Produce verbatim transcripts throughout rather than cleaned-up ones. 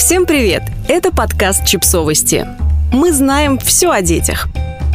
Всем привет! Это подкаст «Чипсовости». Мы знаем все о детях.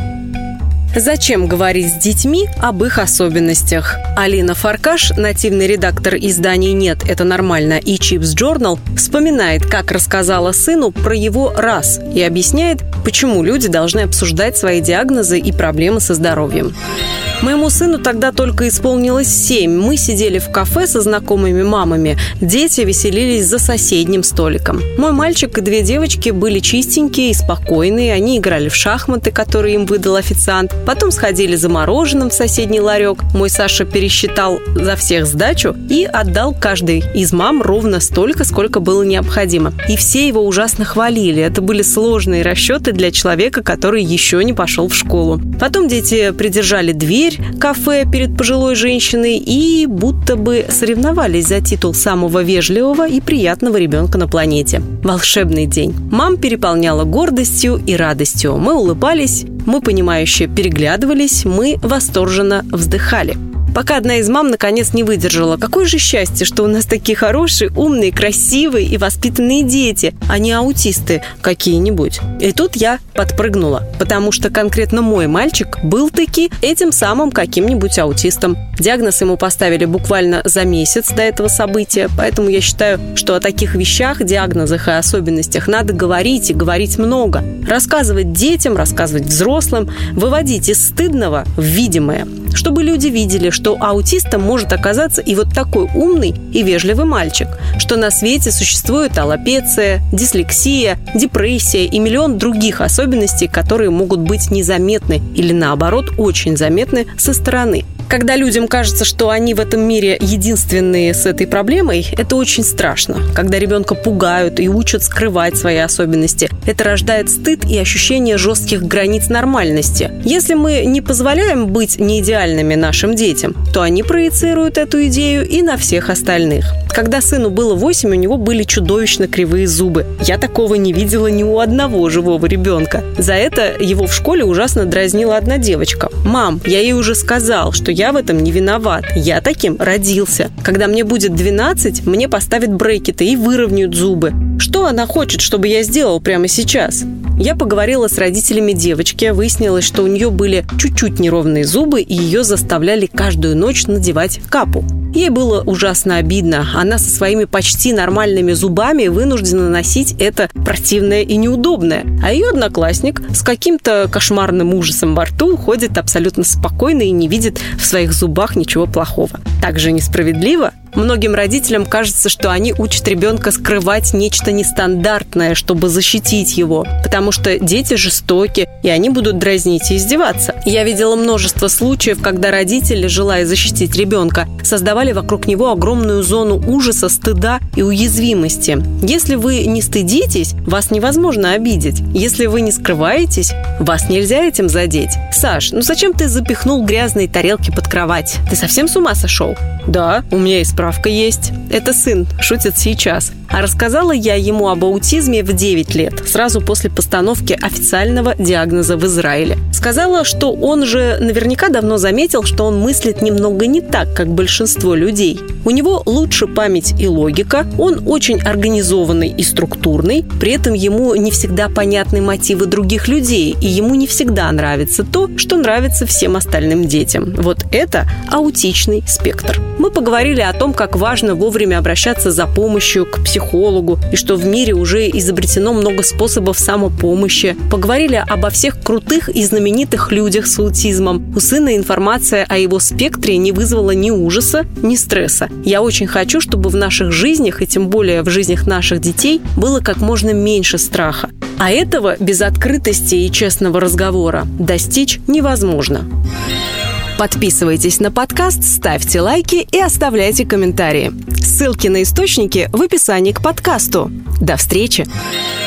Зачем говорить с детьми об их особенностях? Алина Фаркаш, нативный редактор изданий «Нет, это нормально» и Chips Journal, вспоминает, как рассказала сыну про его раз и объясняет, почему люди должны обсуждать свои диагнозы и проблемы со здоровьем. Моему сыну тогда только исполнилось семь. Мы сидели в кафе со знакомыми мамами. Дети веселились за соседним столиком. Мой мальчик и две девочки были чистенькие и спокойные. Они играли в шахматы, которые им выдал официант. Потом сходили за мороженым в соседний ларек. Мой Саша пересчитал за всех сдачу и отдал каждой из мам ровно столько, сколько было необходимо. И все его ужасно хвалили. Это были сложные расчеты для человека, который еще не пошел в школу. Потом дети придержали дверь кафе перед пожилой женщиной и будто бы соревновались за титул самого вежливого и приятного ребенка на планете. Волшебный день. Мам переполняла гордостью и радостью. Мы улыбались, мы понимающе переглядывались, мы восторженно вздыхали. Пока одна из мам наконец не выдержала. Какое же счастье, что у нас такие хорошие, умные, красивые и воспитанные дети, а не аутисты какие-нибудь. И тут я подпрыгнула, потому что конкретно мой мальчик был-таки этим самым каким-нибудь аутистом. Диагноз ему поставили буквально за месяц до этого события, поэтому я считаю, что о таких вещах, диагнозах и особенностях надо говорить и говорить много. Рассказывать детям, рассказывать взрослым, выводить из стыдного в видимое, чтобы люди видели, что аутистом может оказаться и вот такой умный и вежливый мальчик, что на свете существует аллопеция, дислексия, депрессия и миллион других особенностей, которые могут быть незаметны или, наоборот, очень заметны со стороны. Когда людям кажется, что они в этом мире единственные с этой проблемой, это очень страшно. Когда ребенка пугают и учат скрывать свои особенности, это рождает стыд и ощущение жестких границ нормальности. Если мы не позволяем быть неидеальными нашим детям, то они проецируют эту идею и на всех остальных. Когда сыну было восемь, у него были чудовищно кривые зубы. Я такого не видела ни у одного живого ребенка. За это его в школе ужасно дразнила одна девочка. «Мам, я ей уже сказал, что я в этом не виноват. Я таким родился. Когда мне будет двенадцать, мне поставят брекеты и выровняют зубы. Что она хочет, чтобы я сделал прямо сейчас?» Я поговорила с родителями девочки. Выяснилось, что у нее были чуть-чуть неровные зубы, и ее заставляли каждую ночь надевать капу. Ей было ужасно обидно. Она со своими почти нормальными зубами вынуждена носить это противное и неудобное. А ее одноклассник с каким-то кошмарным ужасом во рту ходит абсолютно спокойно и не видит в своих зубах ничего плохого. Так же несправедливо? Многим родителям кажется, что они учат ребенка скрывать нечто нестандартное, чтобы защитить его, потому что дети жестоки, и они будут дразнить и издеваться. Я видела множество случаев, когда родители, желая защитить ребенка, создавали вокруг него огромную зону ужаса, стыда и уязвимости. Если вы не стыдитесь, вас невозможно обидеть. Если вы не скрываетесь, вас нельзя этим задеть. «Саш, ну зачем ты запихнул грязные тарелки под кровать? Ты совсем с ума сошел?» «Да, у меня и справка есть». Это сын шутит сейчас. А рассказала я ему об аутизме в девять лет, сразу после постановки официального диагноза в Израиле. Сказала, что он же наверняка давно заметил, что он мыслит немного не так, как большинство людей. У него лучше память и логика, он очень организованный и структурный, при этом ему не всегда понятны мотивы других людей, и ему не всегда нравится то, что нравится всем остальным детям. Вот это аутичный спектр. Мы поговорили о том, как важно вовремя обращаться за помощью к психологу, и что в мире уже изобретено много способов самопомощи. Поговорили обо всех крутых и знаменитых людях с аутизмом. У сына информация о его спектре не вызвала ни ужаса, ни стресса. Я очень хочу, чтобы в наших жизнях, и тем более в жизнях наших детей, было как можно меньше страха. А этого без открытости и честного разговора достичь невозможно. Подписывайтесь на подкаст, ставьте лайки и оставляйте комментарии. Ссылки на источники в описании к подкасту. До встречи!